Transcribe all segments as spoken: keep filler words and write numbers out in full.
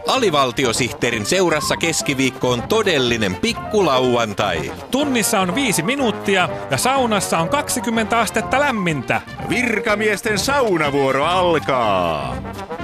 Alivaltiosihteerin seurassa keskiviikko on todellinen pikkulauantai. Tunnissa on viisi minuuttia ja saunassa on kaksikymmentä astetta lämmintä. Virkamiesten saunavuoro alkaa.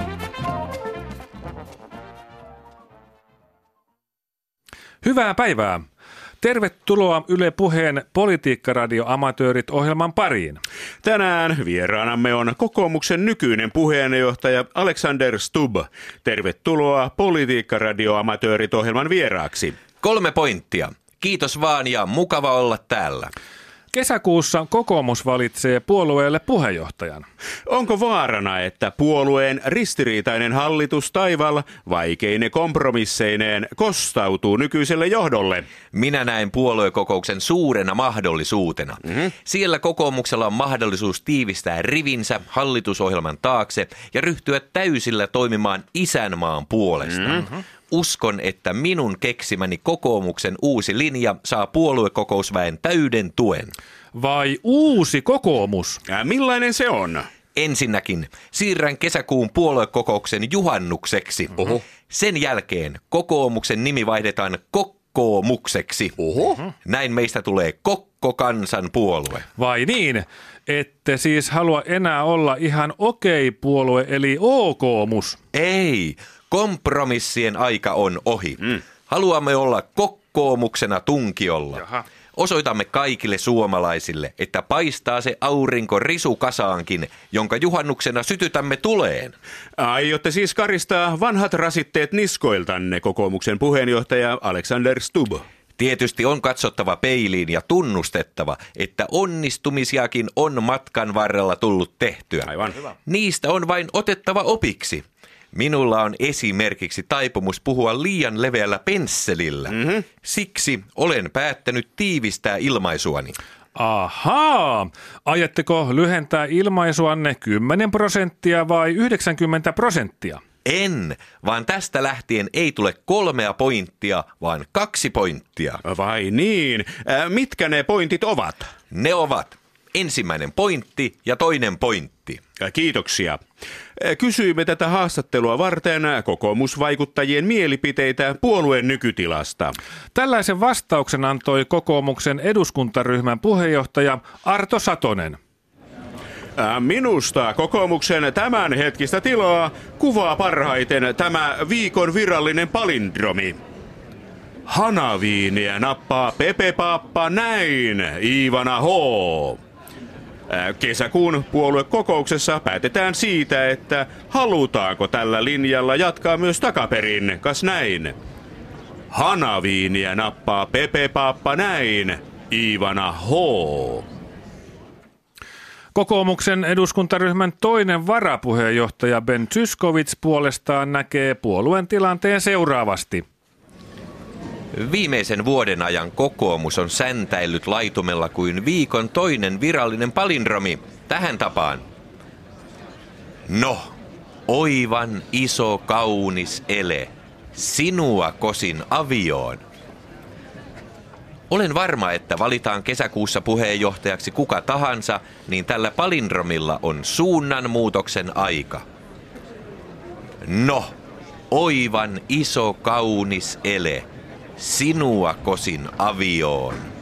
Hyvää päivää. Tervetuloa Yle Puheen Politiikkaradio-amatöörit-ohjelman pariin. Tänään vieraanamme on kokoomuksen nykyinen puheenjohtaja Alexander Stubb. Tervetuloa Politiikkaradio-amatöörit-ohjelman vieraaksi. Kolme pointtia. Kiitos vaan ja mukava olla täällä. Kesäkuussa kokoomus valitsee puolueelle puheenjohtajan. Onko vaarana, että puolueen ristiriitainen hallitus taival vaikeine kompromisseineen kostautuu nykyiselle johdolle? Minä näen puoluekokouksen suurena mahdollisuutena. Mm-hmm. Siellä kokoomuksella on mahdollisuus tiivistää rivinsä hallitusohjelman taakse ja ryhtyä täysillä toimimaan isänmaan puolesta. Mm-hmm. Uskon, että minun keksimäni kokoomuksen uusi linja saa puoluekokousväen täyden tuen. Vai uusi kokoomus? Ja millainen se on? Ensinnäkin siirrän kesäkuun puoluekokouksen juhannukseksi. Oho. Sen jälkeen kokoomuksen nimi vaihdetaan kokkoomukseksi. Oho. Näin meistä tulee Kokko kansanpuolue. Vai niin? Ette siis halua enää olla ihan okei-puolue eli okoomus? Ei. Kompromissien aika on ohi. Mm. Haluamme olla kokkoomuksena tunkiolla. Jaha. Osoitamme kaikille suomalaisille, että paistaa se aurinko risukasaankin, jonka juhannuksena sytytämme tuleen. Aiotte siis karistaa vanhat rasitteet niskoiltanne, kokoomuksen puheenjohtaja Alexander Stubb. Tietysti on katsottava peiliin ja tunnustettava, että onnistumisiakin on matkan varrella tullut tehtyä. Aivan hyvä. Niistä on vain otettava opiksi. Minulla on esimerkiksi taipumus puhua liian leveällä pensselillä. Mm-hmm. Siksi olen päättänyt tiivistää ilmaisuani. Ahaa! Ajatteko lyhentää ilmaisuanne kymmenen prosenttia vai yhdeksänkymmentä prosenttia? En, vaan tästä lähtien ei tule kolmea pointtia, vaan kaksi pointtia. Vai niin? Äh, mitkä ne pointit ovat? Ne ovat ensimmäinen pointti ja toinen pointti. Kiitoksia. Kysyimme tätä haastattelua varten kokoomusvaikuttajien mielipiteitä puolueen nykytilasta. Tällaisen vastauksen antoi kokoomuksen eduskuntaryhmän puheenjohtaja Arto Satonen. Minusta kokoomuksen tämänhetkistä tilaa kuvaa parhaiten tämä viikon virallinen palindromi. Hanaviiniä nappaa Pepe Pappa näin, Iivana H. Kesäkuun puoluekokouksessa päätetään siitä, että halutaanko tällä linjalla jatkaa myös takaperin, kas näin. Hanaviiniä nappaa Pepe Pappa näin, Iivana H. Kokoomuksen eduskuntaryhmän toinen varapuheenjohtaja Ben Zyskowicz puolestaan näkee puolueen tilanteen seuraavasti. Viimeisen vuoden ajan kokoomus on säntäillyt laitumella kuin viikon toinen virallinen palindromi. Tähän tapaan. No, oivan iso kaunis ele, sinua kosin avioon. Olen varma, että valitaan kesäkuussa puheenjohtajaksi kuka tahansa, niin tällä palindromilla on suunnanmuutoksen aika. No, oivan iso kaunis ele, sinua kosin avioon.